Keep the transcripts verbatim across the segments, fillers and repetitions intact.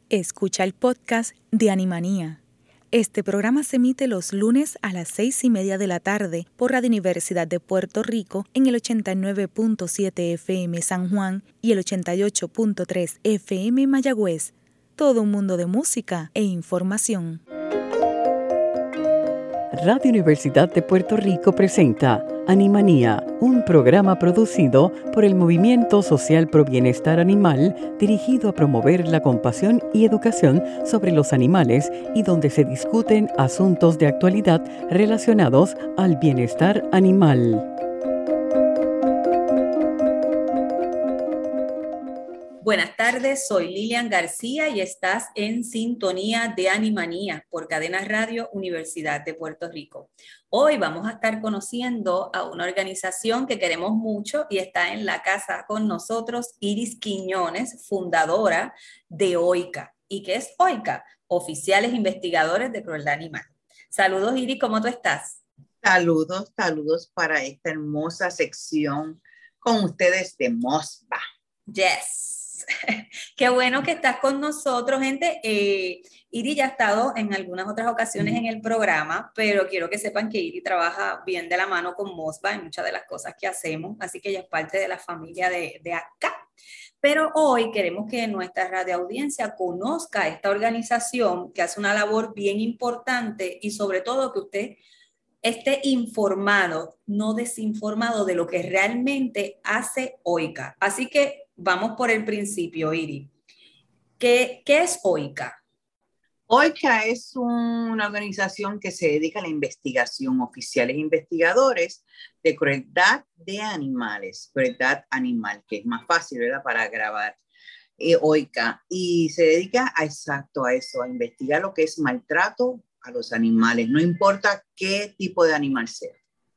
Escucha el podcast de Animanía. Este programa se emite los lunes a las seis y media de la tarde por Radio Universidad de Puerto Rico en el ochenta y nueve punto siete F M San Juan y el ochenta y ocho punto tres F M Mayagüez. Todo un mundo de música e información. Radio Universidad de Puerto Rico presenta Animanía, un programa producido por el Movimiento Social Pro Bienestar Animal dirigido a promover la compasión y educación sobre los animales y donde se discuten asuntos de actualidad relacionados al bienestar animal. Buenas tardes, soy Lilian García y estás en sintonía de Animanía por Cadena Radio Universidad de Puerto Rico. Hoy vamos a estar conociendo a una organización que queremos mucho y está en la casa con nosotros, Iris Quiñones, fundadora de OICA. ¿Y qué es OICA? Oficiales Investigadores de Crueldad Animal. Saludos, Iris, ¿cómo tú estás? Saludos, saludos para esta hermosa sección con ustedes de MOSBA. Yes. Qué bueno que estás con nosotros, gente. Eh, Iri ya ha estado en algunas otras ocasiones en el programa, pero quiero que sepan que Iri trabaja bien de la mano con MOSBA en muchas de las cosas que hacemos, así que ella es parte de la familia de, de acá. Pero hoy queremos que nuestra radioaudiencia conozca esta organización que hace una labor bien importante y sobre todo que usted esté informado, no desinformado de lo que realmente hace OICA. Así que vamos por el principio, Iri. ¿Qué, qué es OICA? OICA es una organización que se dedica a la investigación, oficiales investigadores de crueldad de animales, crueldad animal, que es más fácil, ¿verdad?, para grabar eh, OICA. Y se dedica a exacto a eso, a investigar lo que es maltrato a los animales, no importa qué tipo de animal sea.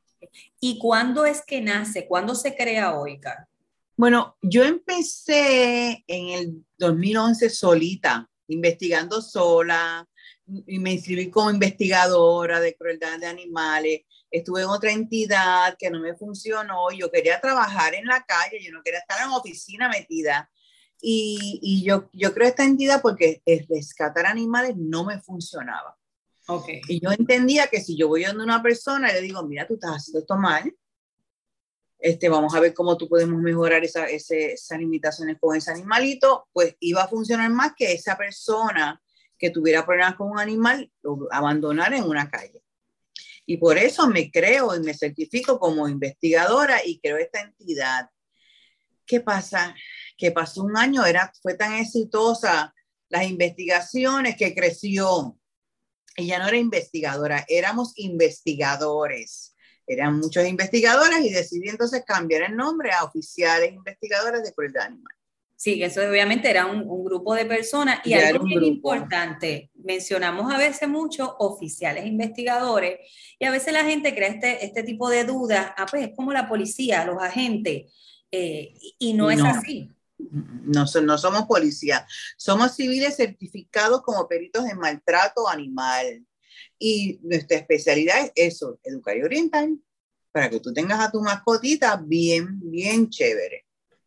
¿Y cuándo es que nace? ¿Cuándo se crea OICA? Bueno, yo empecé en el dos mil once solita, investigando sola, y me inscribí como investigadora de crueldad de animales. Estuve en otra entidad que no me funcionó. Yo quería trabajar en la calle, yo no quería estar en oficina metida. Y, y yo, yo creo esta entidad porque el rescatar animales no me funcionaba. Okay. Y yo entendía que si yo voy donde una persona y le digo, mira, tú estás haciendo esto mal, este, vamos a ver cómo tú podemos mejorar esa, ese, esas limitaciones con ese animalito, pues iba a funcionar más que esa persona que tuviera problemas con un animal lo abandonara en una calle. Y por eso me creo y me certifico como investigadora y creo esta entidad. ¿Qué pasa? Que pasó un año, era, fue tan exitosa las investigaciones que creció. Ella no era investigadora, éramos investigadores. Eran muchos investigadores y decidí entonces cambiar el nombre a Oficiales Investigadores de Crueldad Animal. Sí, eso obviamente era un, un grupo de personas y ya algo bien grupo. importante, mencionamos a veces mucho oficiales investigadores y a veces la gente crea este, este tipo de dudas, ah, pues es como la policía, los agentes, eh, y no, no es así. No, no somos policía, somos civiles certificados como peritos en maltrato animal. Y nuestra especialidad es eso, educar y orientar, para que tú tengas a tu mascotita bien, bien chévere.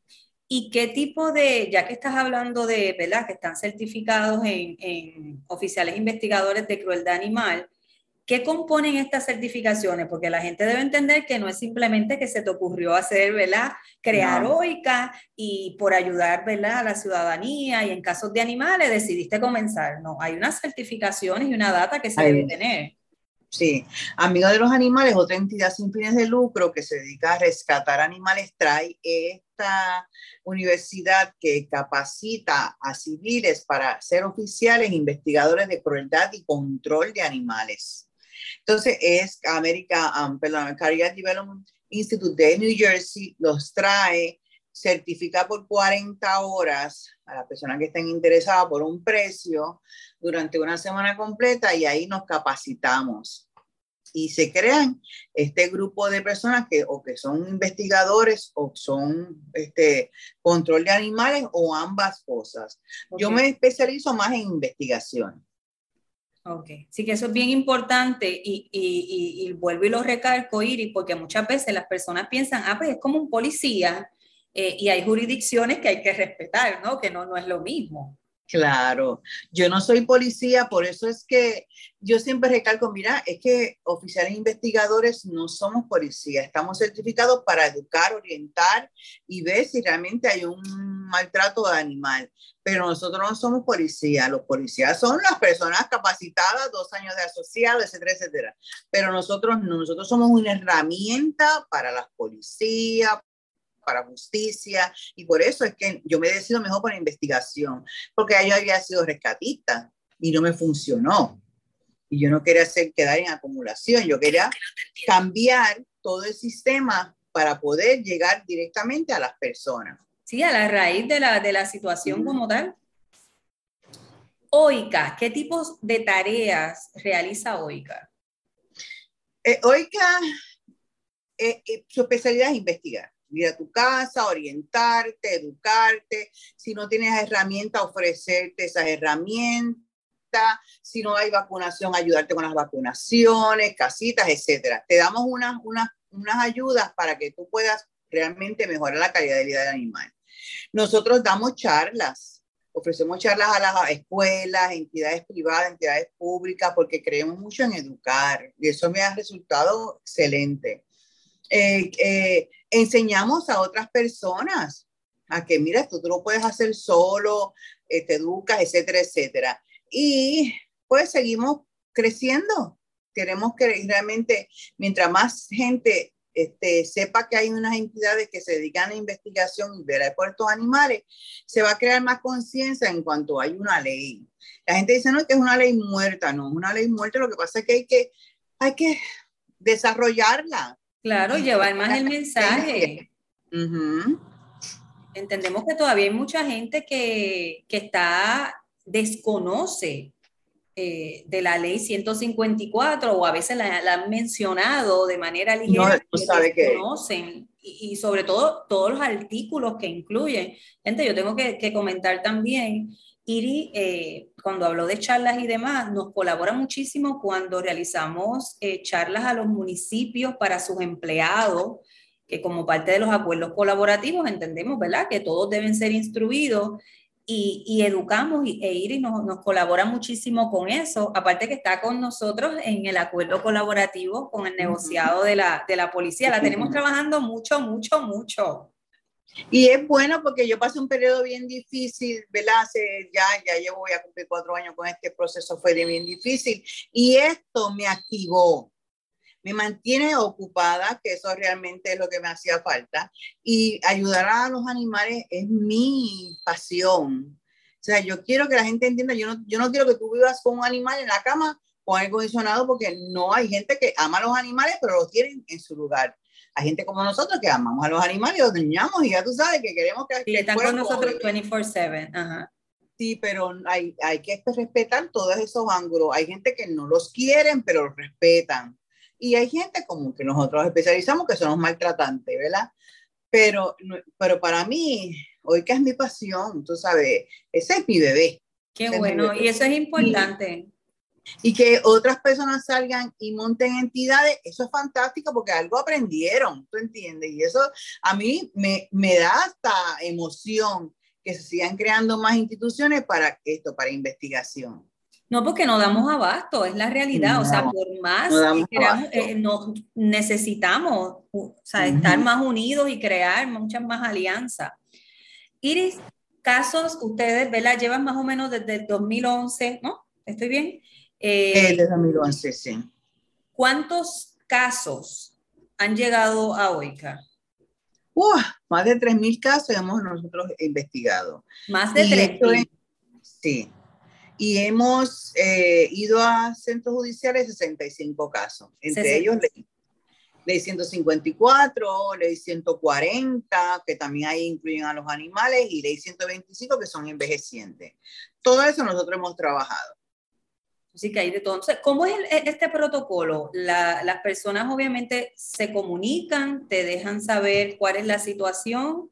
¿Y qué tipo de, ya que estás hablando de, ¿verdad?, que están certificados en, en oficiales investigadores de crueldad animal, ¿qué componen estas certificaciones? Porque la gente debe entender que no es simplemente que se te ocurrió hacer, ¿verdad?, crear no. OICA y por ayudar, ¿verdad?, a la ciudadanía y en casos de animales decidiste comenzar. No, hay unas certificaciones y una data que se Ay, debe tener. Sí, Amigos de los Animales, otra entidad sin fines de lucro que se dedica a rescatar animales, trae esta universidad que capacita a civiles para ser oficiales investigadores de crueldad y control de animales. Entonces es America, um, perdón, Career Development Institute de New Jersey, los trae, certifica por cuarenta horas a las personas que estén interesadas por un precio durante una semana completa y ahí nos capacitamos. Y se crean este grupo de personas que o que son investigadores o son este, control de animales o ambas cosas. Okay. Yo me especializo más en investigación. Ok, sí que eso es bien importante y, y, y, y vuelvo y lo recalco, Iris, porque muchas veces las personas piensan, ah, pues es como un policía eh, y hay jurisdicciones que hay que respetar, ¿no? Que no, no es lo mismo. Claro, yo no soy policía, por eso es que yo siempre recalco, mira, es que oficiales investigadores no somos policías, estamos certificados para educar, orientar y ver si realmente hay un maltrato de animal, pero nosotros no somos policías, los policías son las personas capacitadas, dos años de asociado, etcétera, etcétera, pero nosotros no, nosotros somos una herramienta para las policías, para justicia, y por eso es que yo me decido mejor por la investigación, porque yo había sido rescatista y no me funcionó. Y yo no quería hacer quedar en acumulación, yo quería cambiar todo el sistema para poder llegar directamente a las personas. Sí, a la raíz de la, de la situación uh-huh. como tal. OICA, ¿qué tipos de tareas realiza OICA? Eh, OICA, eh, eh, su especialidad es investigar. Ir a tu casa, orientarte, educarte. Si no tienes herramientas, ofrecerte esas herramientas. Si no hay vacunación, ayudarte con las vacunaciones, casitas, etcétera. Te damos unas, unas, unas ayudas para que tú puedas realmente mejorar la calidad de vida del animal. Nosotros damos charlas. Ofrecemos charlas a las escuelas, entidades privadas, entidades públicas, porque creemos mucho en educar. Y eso me ha resultado excelente. Eh, eh, enseñamos a otras personas a que mira, esto tú lo puedes hacer solo, eh, te educas, etcétera, etcétera. Y pues seguimos creciendo. Queremos que realmente, mientras más gente este, sepa que hay unas entidades que se dedican a investigación y ver por estos animales, se va a crear más conciencia en cuanto hay una ley. La gente dice, no, que es una ley muerta. No, es una ley muerta, lo que pasa es que hay que, hay que desarrollarla. Claro, llevar más el mensaje. Uh-huh. Entendemos que todavía hay mucha gente que, que está, desconoce eh, de la ley ciento cincuenta y cuatro o a veces la, la han mencionado de manera ligera, no, no sabe que desconocen y, y sobre todo todos los artículos que incluyen. Gente, yo tengo que, que comentar también, Iri, eh, cuando habló de charlas y demás, nos colabora muchísimo cuando realizamos eh, charlas a los municipios para sus empleados, que como parte de los acuerdos colaborativos entendemos, ¿verdad?, que todos deben ser instruidos y, y educamos, y, e Iri nos, nos colabora muchísimo con eso, aparte que está con nosotros en el acuerdo colaborativo con el negociado uh-huh. de, la, de la policía. La tenemos trabajando mucho, mucho, mucho. Y es bueno porque yo pasé un periodo bien difícil, ¿verdad? Hace, ya, ya llevo, voy a cumplir cuatro años con este proceso, fue bien difícil. Y esto me activó, me mantiene ocupada, que eso realmente es lo que me hacía falta. Y ayudar a los animales es mi pasión. O sea, yo quiero que la gente entienda, yo no, yo no quiero que tú vivas con un animal en la cama con aire acondicionado, porque no hay gente que ama a los animales, pero los tienen en su lugar. Hay gente como nosotros que amamos a los animales, los niñamos y ya tú sabes que queremos que... Sí, que están con nosotros veinticuatro siete. Ajá. Sí, pero hay, hay que respetar todos esos ángulos. Hay gente que no los quieren, pero los respetan. Y hay gente como que nosotros especializamos que son los maltratantes, ¿verdad? Pero, pero para mí, hoy que es mi pasión, tú sabes, ese es mi bebé. Qué bueno, bebé. Y eso es importante. Y, y que otras personas salgan y monten entidades, eso es fantástico porque algo aprendieron, ¿tú entiendes? Y eso a mí me, me da hasta emoción que se sigan creando más instituciones para esto, para investigación. No, porque no damos abasto, es la realidad. No, o sea, por más no que queramos, eh, no, necesitamos o sea, uh-huh. estar más unidos y crear muchas más alianzas. Iris, casos, ustedes, ¿verdad? Llevan más o menos desde el dos mil once, ¿no? ¿Estoy bien? Eh, desde dos mil once, sí. ¿Cuántos casos han llegado a OICA? Uh, más de tres mil casos hemos nosotros investigado. Más de tres mil. Sí. Y hemos eh, ido a centros judiciales sesenta y cinco casos, entre sesenta. Ellos ley, ley ciento cincuenta y cuatro, ley ciento cuarenta, que también ahí incluyen a los animales, y ley ciento veinticinco, que son envejecientes. Todo eso nosotros hemos trabajado. Así que hay de todo. Entonces, ¿cómo es el, este protocolo? La, las personas obviamente se comunican, te dejan saber cuál es la situación.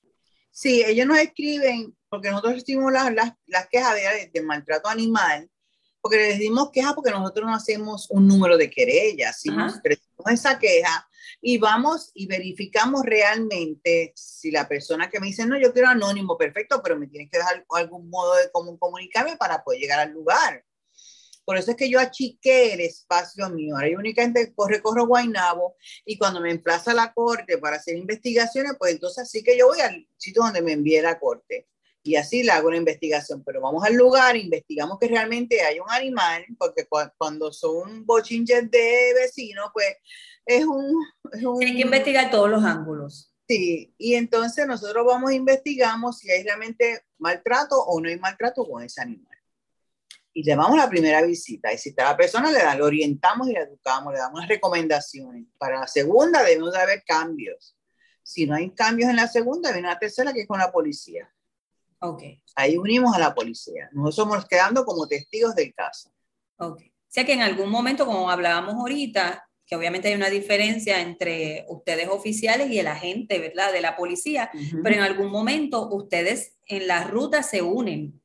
Sí, ellos nos escriben, porque nosotros recibimos las, las, las quejas de, de maltrato animal, porque les dimos queja porque nosotros no hacemos un número de querellas, sino expresamos esa queja y vamos y verificamos realmente si la persona que me dice, no, yo quiero anónimo, perfecto, pero me tienes que dar algún modo de cómo comunicarme para poder llegar al lugar. Por eso es que yo achiqué el espacio mío. Ahora yo únicamente recorro Guaynabo y cuando me emplaza a la corte para hacer investigaciones, pues entonces así que yo voy al sitio donde me envíe la corte y así le hago una investigación. Pero vamos al lugar, investigamos que realmente hay un animal, porque cu cuando son bochinches de vecinos, pues es un, es un... Hay que investigar todos los ángulos. Sí, y entonces nosotros vamos e investigamos si hay realmente maltrato o no hay maltrato con ese animal. Y le damos la primera visita. Y si está la persona, le, da, le orientamos y le educamos, le damos unas recomendaciones. Para la segunda debemos de haber cambios. Si no hay cambios en la segunda, viene la tercera, que es con la policía. Okay. Ahí unimos a la policía. Nosotros somos quedando como testigos del caso. Okay. O sea que en algún momento, como hablábamos ahorita, que obviamente hay una diferencia entre ustedes oficiales y el agente, ¿verdad?, de la policía, uh-huh. Pero en algún momento ustedes en la ruta se unen.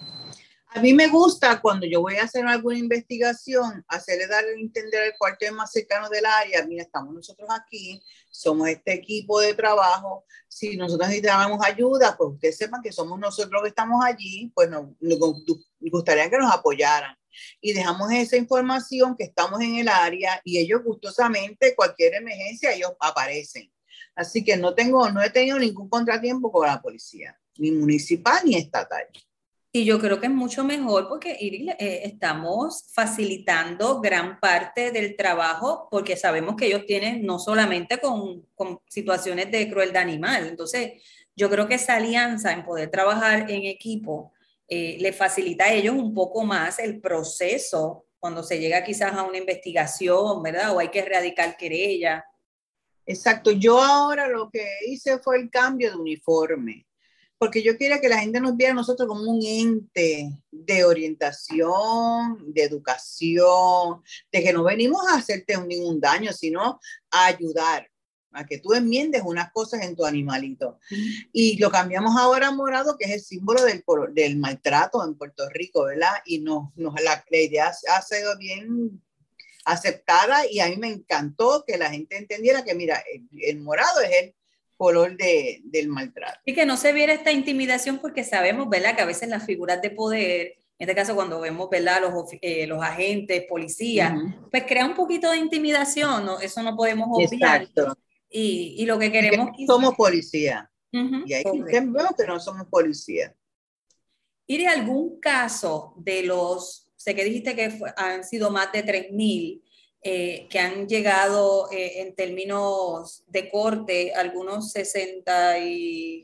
A mí me gusta cuando yo voy a hacer alguna investigación, hacerle dar a entender al cuartel más cercano del área, mira, estamos nosotros aquí, somos este equipo de trabajo, si nosotros necesitamos ayuda, pues ustedes sepan que somos nosotros que estamos allí, pues nos, nos gustaría que nos apoyaran. Y dejamos esa información que estamos en el área y ellos gustosamente, cualquier emergencia, ellos aparecen. Así que no, tengo, no he tenido ningún contratiempo con la policía, ni municipal ni estatal. Y yo creo que es mucho mejor porque Iris, eh, estamos facilitando gran parte del trabajo porque sabemos que ellos tienen no solamente con, con situaciones de crueldad animal. Entonces, yo creo que esa alianza en poder trabajar en equipo eh, le facilita a ellos un poco más el proceso cuando se llega quizás a una investigación, ¿verdad? O hay que erradicar querella. Exacto. Yo ahora lo que hice fue el cambio de uniforme. Porque yo quería que la gente nos viera a nosotros como un ente de orientación, de educación, de que no venimos a hacerte ningún daño, sino a ayudar, a que tú enmiendes unas cosas en tu animalito. Y lo cambiamos ahora a morado, que es el símbolo del, del maltrato en Puerto Rico, ¿verdad? Y nos, nos, la, la idea ha sido bien aceptada y a mí me encantó que la gente entendiera que, mira, el, el morado es el color de, del maltrato. Y que no se viera esta intimidación porque sabemos, ¿verdad?, que a veces las figuras de poder, en este caso cuando vemos, ¿verdad?, los, eh, los agentes, policías, uh-huh. pues crea un poquito de intimidación, ¿no? Eso no podemos obviar. Exacto. Y, y lo que queremos... Que no somos policía. Uh-huh. Y ahí vemos que no somos policía. ¿Y de algún caso de los, sé que dijiste que fue, han sido más de tres mil, Eh, que han llegado eh, en términos de corte, algunos sesenta y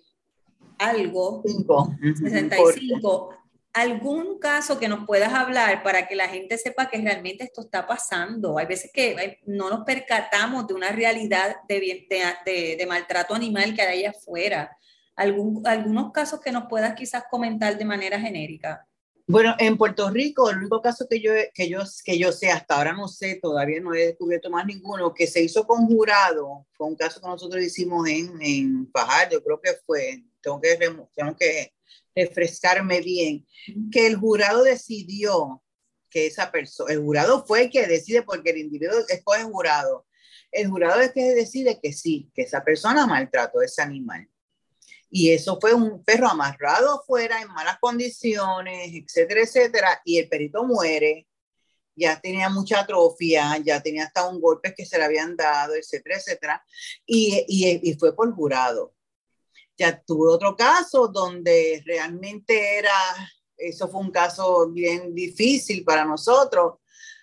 algo, Cinco. sesenta y cinco, algún caso que nos puedas hablar para que la gente sepa que realmente esto está pasando? Hay veces que hay, no nos percatamos de una realidad de, de, de, de maltrato animal que hay allá afuera. ¿Algún, algunos casos que nos puedas quizás comentar de manera genérica? Bueno, en Puerto Rico, el único caso que yo, que, yo, que yo sé, hasta ahora no sé, todavía no he descubierto más ninguno, que se hizo con jurado, fue un caso que nosotros hicimos en, en Fajardo, creo que fue, tengo que, tengo que refrescarme bien, que el jurado decidió que esa persona, el jurado fue el que decide porque el individuo escoge jurado, el jurado es que decide que sí, que esa persona maltrató a ese animal. Y eso fue un perro amarrado afuera en malas condiciones, etcétera, etcétera, y el perrito muere, ya tenía mucha atrofia, ya tenía hasta un golpe que se le habían dado, etcétera, etcétera, y, y, y fue por jurado. Ya tuve otro caso donde realmente era, eso fue un caso bien difícil para nosotros,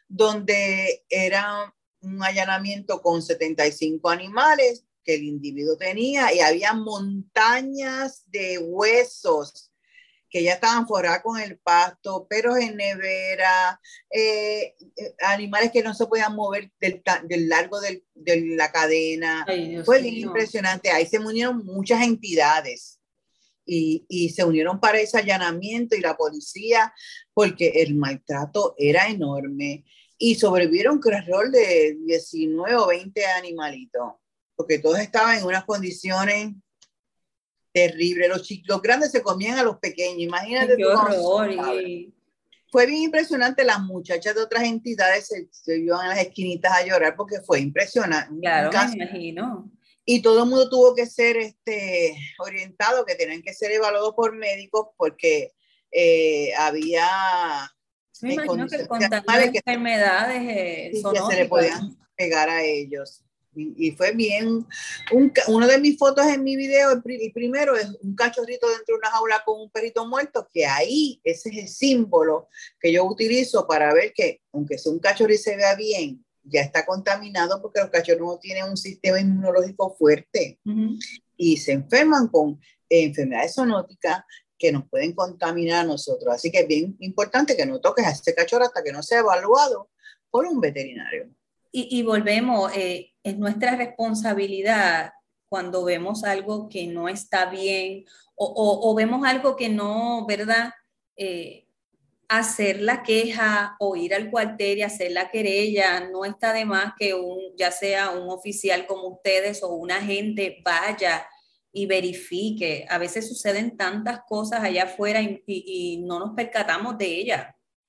donde era un allanamiento con setenta y cinco animales, que el individuo tenía y había montañas de huesos que ya estaban forrados con el pasto, perros en nevera, eh, animales que no se podían mover del, del largo del, de la cadena. Ay, fue bien impresionante. Ahí se unieron muchas entidades y, y se unieron para ese allanamiento y la policía, porque el maltrato era enorme y sobrevivieron alrededor de diecinueve o veinte animalitos, porque todos estaban en unas condiciones terribles. Los, chicos, los grandes se comían a los pequeños, imagínate. Ay, qué horror. Y... fue bien impresionante. Las muchachas de otras entidades se, se iban a las esquinitas a llorar porque fue impresionante. Claro, me imagino. Y todo el mundo tuvo que ser este, orientado, que tenían que ser evaluados por médicos porque eh, había Me imagino que el contagio de que enfermedades eh, sí, que se le podían pegar a ellos. Y, y fue bien. Un, uno de mis fotos en mi video, el, el primero es un cachorrito dentro de una jaula con un perrito muerto, que ahí ese es el símbolo que yo utilizo para ver que, aunque sea un cachorrito y se vea bien, ya está contaminado porque los cachorros no tienen un sistema inmunológico fuerte uh-huh. y se enferman con eh, enfermedades zoonóticas que nos pueden contaminar a nosotros. Así que es bien importante que no toques a ese cachorro hasta que no sea evaluado por un veterinario. Y, y volvemos, eh, es nuestra responsabilidad cuando vemos algo que no está bien o, o, o vemos algo que no, ¿verdad? Eh, hacer la queja o ir al cuartel y hacer la querella. No está de más que un, ya sea un oficial como ustedes o un agente vaya y verifique. A veces suceden tantas cosas allá afuera y, y, y no nos percatamos de ellas.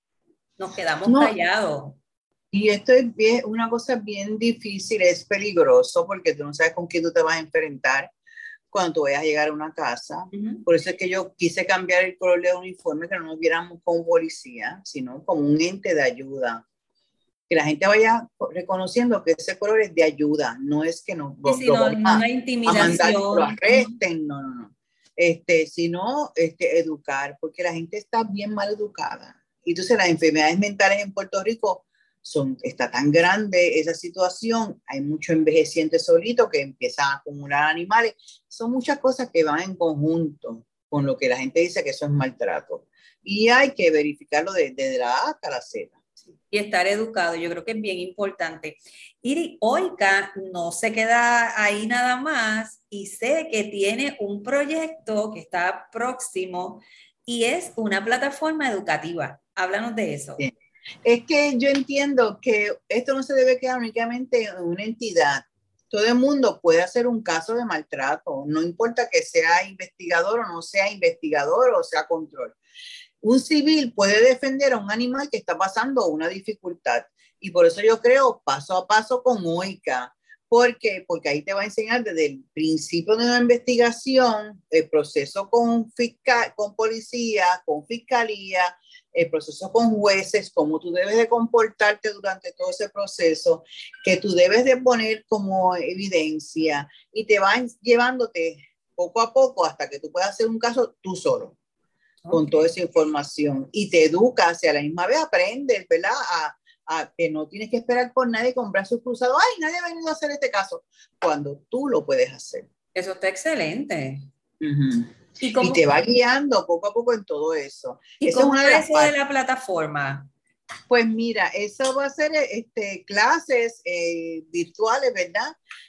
Nos quedamos no. callados. Y esto es bien, una cosa bien difícil, es peligroso porque tú no sabes con quién tú te vas a enfrentar cuando tú vayas a llegar a una casa. Uh-huh. Por eso es que yo quise cambiar el color de uniforme, que no nos viéramos como policía, sino como un ente de ayuda. Que la gente vaya reconociendo que ese color es de ayuda, no es que nos sí, sí, no, no a, una intimidación. a mandar que lo arresten, no, no, no. Este, sino este, educar, porque la gente está bien mal educada. Y entonces las enfermedades mentales en Puerto Rico Son, está tan grande esa situación, hay mucho envejeciente solito que empiezan a acumular animales, son muchas cosas que van en conjunto con lo que la gente dice que eso es maltrato y hay que verificarlo desde de la A hasta la Z. Y estar educado, yo creo que es bien importante. Y OICA no se queda ahí nada más y sé que tiene un proyecto que está próximo y es una plataforma educativa. Háblanos de eso. Bien. Es que yo entiendo que esto no se debe quedar únicamente en una entidad. Todo el mundo puede hacer un caso de maltrato, no importa que sea investigador o no sea investigador o sea control. Un civil puede defender a un animal que está pasando una dificultad y por eso yo creo paso a paso con OICA. ¿Por qué? Porque ahí te va a enseñar desde el principio de una investigación, el proceso con, fiscal, con policía, con fiscalía, el proceso con jueces, cómo tú debes de comportarte durante todo ese proceso, que tú debes de poner como evidencia y te van llevándote poco a poco hasta que tú puedas hacer un caso tú solo, okay, con toda esa información y te educas y a la misma vez aprendes, ¿verdad? A, a que no tienes que esperar por nadie con brazos cruzados. ¡Ay, nadie ha venido a hacer este caso! Cuando tú lo puedes hacer. Eso está excelente. Uh-huh. ¿Y, y te va guiando poco a poco en todo eso. ¿Y Esa cómo es una es de eso las de la plataforma? Pues mira, eso va a ser este, clases eh, virtuales, ¿verdad?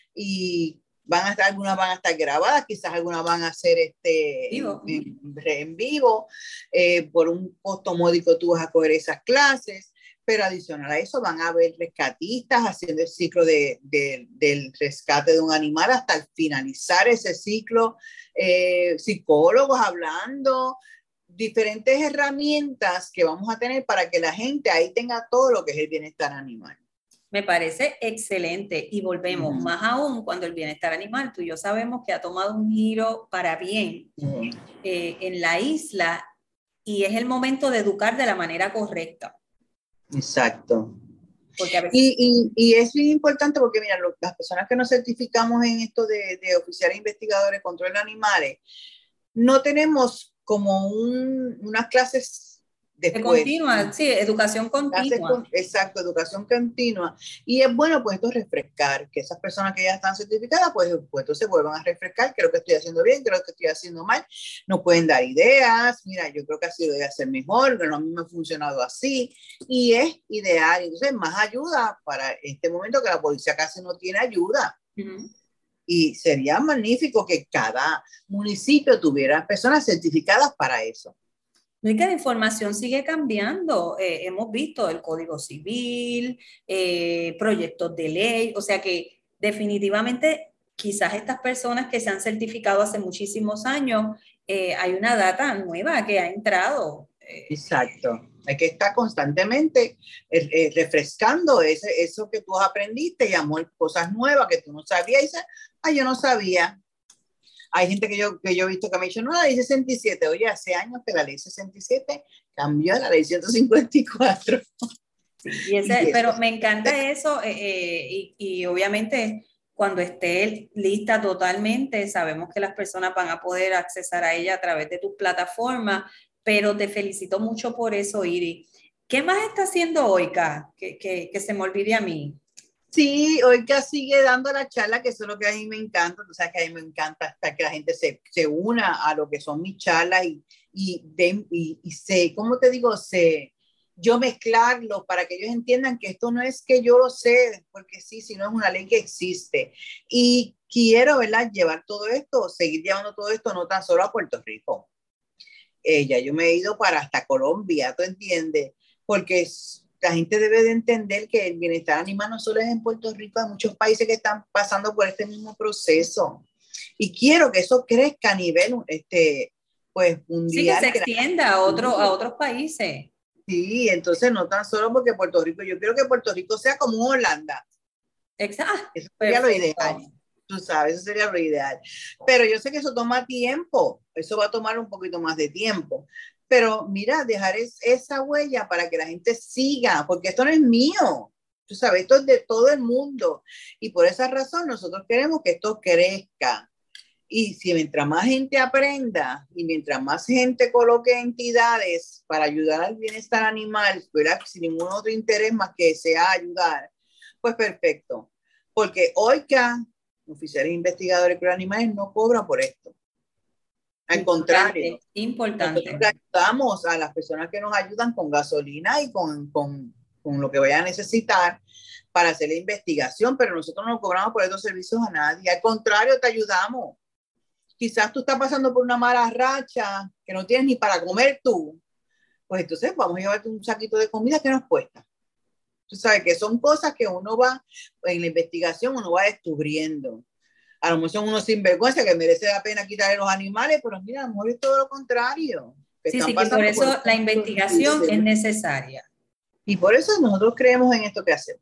Y van a estar, algunas van a estar grabadas, quizás algunas van a ser este, vivo. En, en vivo. Eh, por un costo módico tú vas a coger esas clases. Pero adicional a eso van a haber rescatistas haciendo el ciclo de, de, del rescate de un animal hasta finalizar ese ciclo, eh, psicólogos hablando, diferentes herramientas que vamos a tener para que la gente ahí tenga todo lo que es el bienestar animal. Me parece excelente y volvemos, uh-huh, más aún cuando el bienestar animal, tú y yo sabemos que ha tomado un giro para bien uh-huh. eh, en la isla y es el momento de educar de la manera correcta. Exacto. Porque a veces... y, y, y es bien importante porque, mira, lo, las personas que nos certificamos en esto de, de oficiales investigadores de control de animales, no tenemos como un, unas clases después. De continua, sí, educación continua. Con, exacto, educación continua. Y es bueno, pues, esto refrescar, que esas personas que ya están certificadas, pues, pues entonces vuelvan a refrescar, creo que estoy haciendo bien, creo que estoy haciendo mal, nos pueden dar ideas, mira, yo creo que así lo voy a hacer mejor, que no me ha funcionado así, y es ideal, entonces más ayuda para este momento que la policía casi no tiene ayuda. Uh-huh. Y sería magnífico que cada municipio tuviera personas certificadas para eso. No es que la información sigue cambiando. Eh, hemos visto el Código Civil, eh, proyectos de ley, o sea que definitivamente quizás estas personas que se han certificado hace muchísimos años, eh, hay una data nueva que ha entrado. Eh, Exacto. Hay que estar constantemente eh, eh, refrescando ese, eso que tú aprendiste y amor, cosas nuevas que tú no sabías. Y dices, ah, yo no sabía. Hay gente que yo, que yo he visto que me ha dicho, no, la ley sesenta y siete. Oye, hace años que la ley sesenta y siete cambió a la ley ciento cincuenta y cuatro. Sí, y ese, y pero me encanta eso eh, eh, y, y obviamente cuando esté lista totalmente, sabemos que las personas van a poder accesar a ella a través de tus plataformas, pero te felicito mucho por eso, Iris. ¿Qué más está haciendo Oika? Que, que, que se me olvide a mí. Sí, Oika sigue dando la charla, que eso es lo que a mí me encanta. Tú sabes que a mí me encanta hasta que la gente se, se una a lo que son mis charlas y, y, de, y, y se, ¿cómo te digo? Se... yo mezclarlo para que ellos entiendan que esto no es que yo lo sé, porque sí, sino es una ley que existe. Y quiero, ¿verdad?, llevar todo esto, seguir llevando todo esto no tan solo a Puerto Rico. Eh, ya yo me he ido para hasta Colombia, ¿tú entiendes? Porque es, la gente debe de entender que el bienestar animal no solo es en Puerto Rico, hay muchos países que están pasando por este mismo proceso. Y quiero que eso crezca a nivel este, pues, mundial. Sí, que se extienda a, otro, a otros países. Sí, entonces no tan solo porque Puerto Rico, yo quiero que Puerto Rico sea como Holanda. Exacto. Eso sería lo ideal, tú sabes, eso sería lo ideal. Pero yo sé que eso toma tiempo, eso va a tomar un poquito más de tiempo. Pero mira, dejar es, esa huella para que la gente siga, porque esto no es mío, tú sabes, esto es de todo el mundo. Y por esa razón nosotros queremos que esto crezca. Y si mientras más gente aprenda y mientras más gente coloque entidades para ayudar al bienestar animal, ¿verdad?, sin ningún otro interés más que sea ayudar, pues perfecto. Porque Oika, oficiales investigadores por animales, no cobra por esto. Al contrario, importante. Nosotros ayudamos a las personas que nos ayudan con gasolina y con, con, con lo que vayan a necesitar para hacer la investigación, pero nosotros no cobramos por estos servicios a nadie. Al contrario, te ayudamos. Quizás tú estás pasando por una mala racha que no tienes ni para comer tú, pues entonces vamos a llevarte un saquito de comida que nos cuesta. Tú sabes que son cosas que uno va, en la investigación uno va descubriendo. A lo mejor son unos sinvergüenza que merece la pena quitarle los animales, pero mira, a lo mejor es todo lo contrario. Sí, sí, que por eso por la investigación es necesaria. Y por eso nosotros creemos en esto que hacemos.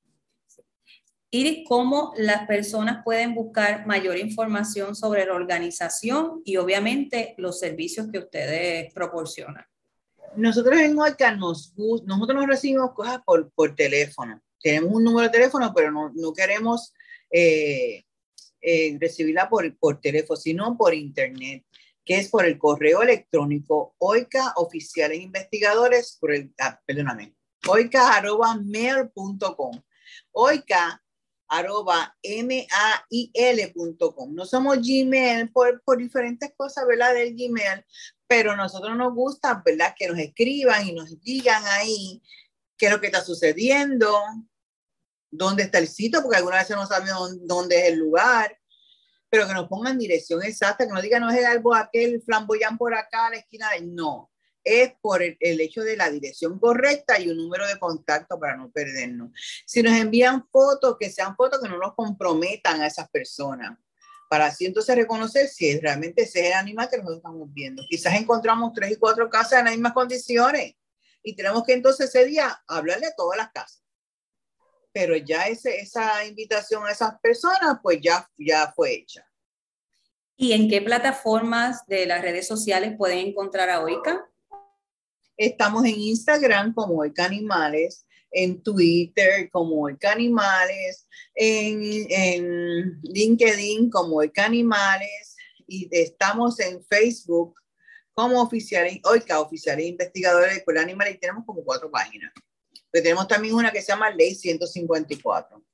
Iris, ¿cómo las personas pueden buscar mayor información sobre la organización y obviamente los servicios que ustedes proporcionan? Nosotros en Oika nos, nosotros nos recibimos cosas por, por teléfono. Tenemos un número de teléfono, pero no, no queremos eh, eh, recibirla por, por teléfono, sino por internet, que es por el correo electrónico oika oficiales investigadores, por el, ah, perdóname, oika arroba mail punto com. Oika arroba mail punto com. No somos Gmail por, por diferentes cosas, ¿verdad?, del Gmail, pero nosotros nos gusta, ¿verdad?, que nos escriban y nos digan ahí qué es lo que está sucediendo, dónde está el sitio, porque algunas veces no sabemos dónde es el lugar, pero que nos pongan dirección exacta, que nos digan, no es el árbol aquel, flamboyán por acá, a la esquina del... No, es por el, el hecho de la dirección correcta y un número de contacto para no perdernos. Si nos envían fotos, que sean fotos que no nos comprometan a esas personas, para así entonces reconocer si realmente ese es el animal que nosotros estamos viendo. Quizás encontramos tres y cuatro casas en las mismas condiciones y tenemos que entonces ese día hablarle a todas las casas. Pero ya ese, esa invitación a esas personas pues ya, ya fue hecha. ¿Y en qué plataformas de las redes sociales pueden encontrar a Oika? Estamos en Instagram como Oika Animales, en Twitter como Oika Animales, en, en LinkedIn como Oika Animales y estamos en Facebook como oficiales, Oika Oficiales Investigadores de Animales y tenemos como cuatro páginas. Pero tenemos también una que se llama Ley ciento cincuenta y cuatro.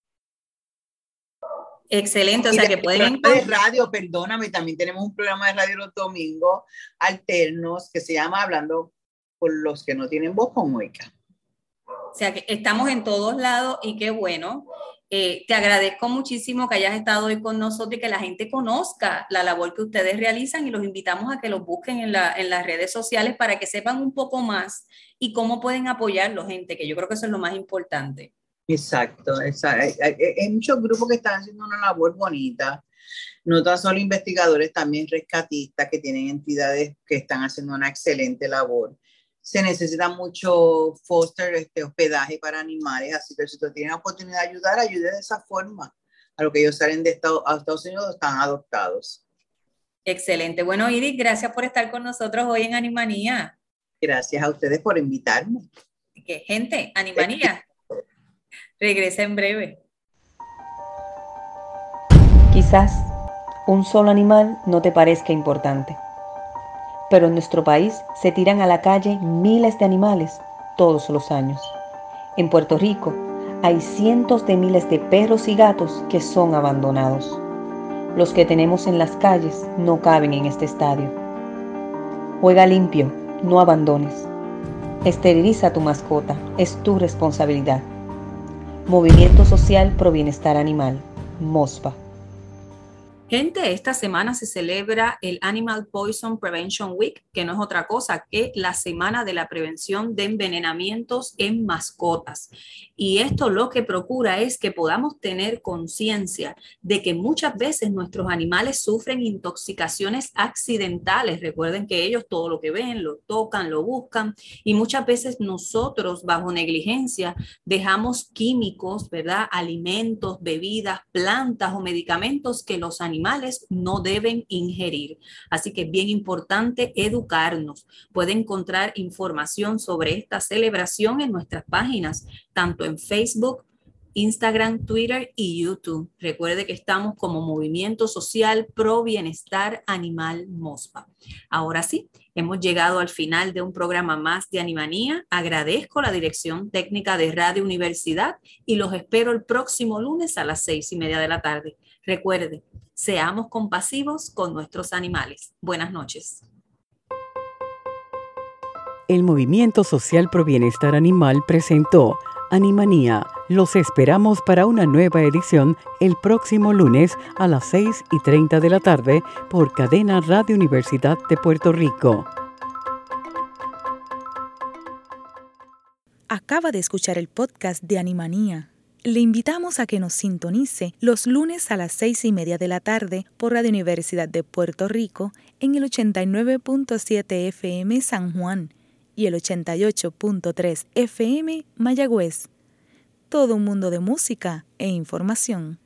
Excelente, o sea que pueden encontrar... de radio, perdóname, también tenemos un programa de radio los domingos alternos que se llama Hablando por los que no tienen voz con Oika. O sea que estamos en todos lados y qué bueno. Eh, te agradezco muchísimo que hayas estado hoy con nosotros y que la gente conozca la labor que ustedes realizan y los invitamos a que los busquen en, la, en las redes sociales para que sepan un poco más y cómo pueden apoyarlos, gente, que yo creo que eso es lo más importante. Exacto, exacto. Hay, hay, hay muchos grupos que están haciendo una labor bonita, no tan solo investigadores, también rescatistas que tienen entidades que están haciendo una excelente labor. se necesita mucho foster, este, hospedaje para animales, así que si usted tiene la oportunidad de ayudar, ayude de esa forma. A lo que ellos salen de Estados, a Estados Unidos están adoptados. Excelente. Bueno, Iris, gracias por estar con nosotros hoy en Animanía. Gracias a ustedes por invitarme. ¿Qué gente? Animanía. Regresa en breve. Quizás un solo animal no te parezca importante, pero en nuestro país se tiran a la calle miles de animales todos los años. En Puerto Rico hay cientos de miles de perros y gatos que son abandonados. Los que tenemos en las calles no caben en este estadio. Juega limpio, no abandones. Esteriliza a tu mascota, es tu responsabilidad. Movimiento Social Pro Bienestar Animal, MOSPA. Gente, esta semana se celebra el Animal Poison Prevention Week, que no es otra cosa que la semana de la prevención de envenenamientos en mascotas. Y esto lo que procura es que podamos tener conciencia de que muchas veces nuestros animales sufren intoxicaciones accidentales. Recuerden que ellos todo lo que ven, lo tocan, lo buscan, y muchas veces nosotros, bajo negligencia, dejamos químicos, ¿verdad? Alimentos, bebidas, plantas o medicamentos que los animales animales no deben ingerir. Así que es bien importante educarnos. Puede encontrar información sobre esta celebración en nuestras páginas, tanto en Facebook, Instagram, Twitter y YouTube. Recuerde que estamos como Movimiento Social Pro Bienestar Animal MOSPA. Ahora sí, hemos llegado al final de un programa más de Animanía. Agradezco la dirección técnica de Radio Universidad y los espero el próximo lunes a las seis y media de la tarde. Recuerde, seamos compasivos con nuestros animales. Buenas noches. El Movimiento Social Pro Bienestar Animal presentó Animanía. Los esperamos para una nueva edición el próximo lunes a las seis y treinta de la tarde por Cadena Radio Universidad de Puerto Rico. Acaba de escuchar el podcast de Animanía. Le invitamos a que nos sintonice los lunes a las seis y media de la tarde por Radio Universidad de Puerto Rico en el ochenta y nueve punto siete F M San Juan y el ochenta y ocho punto tres F M Mayagüez. Todo un mundo de música e información.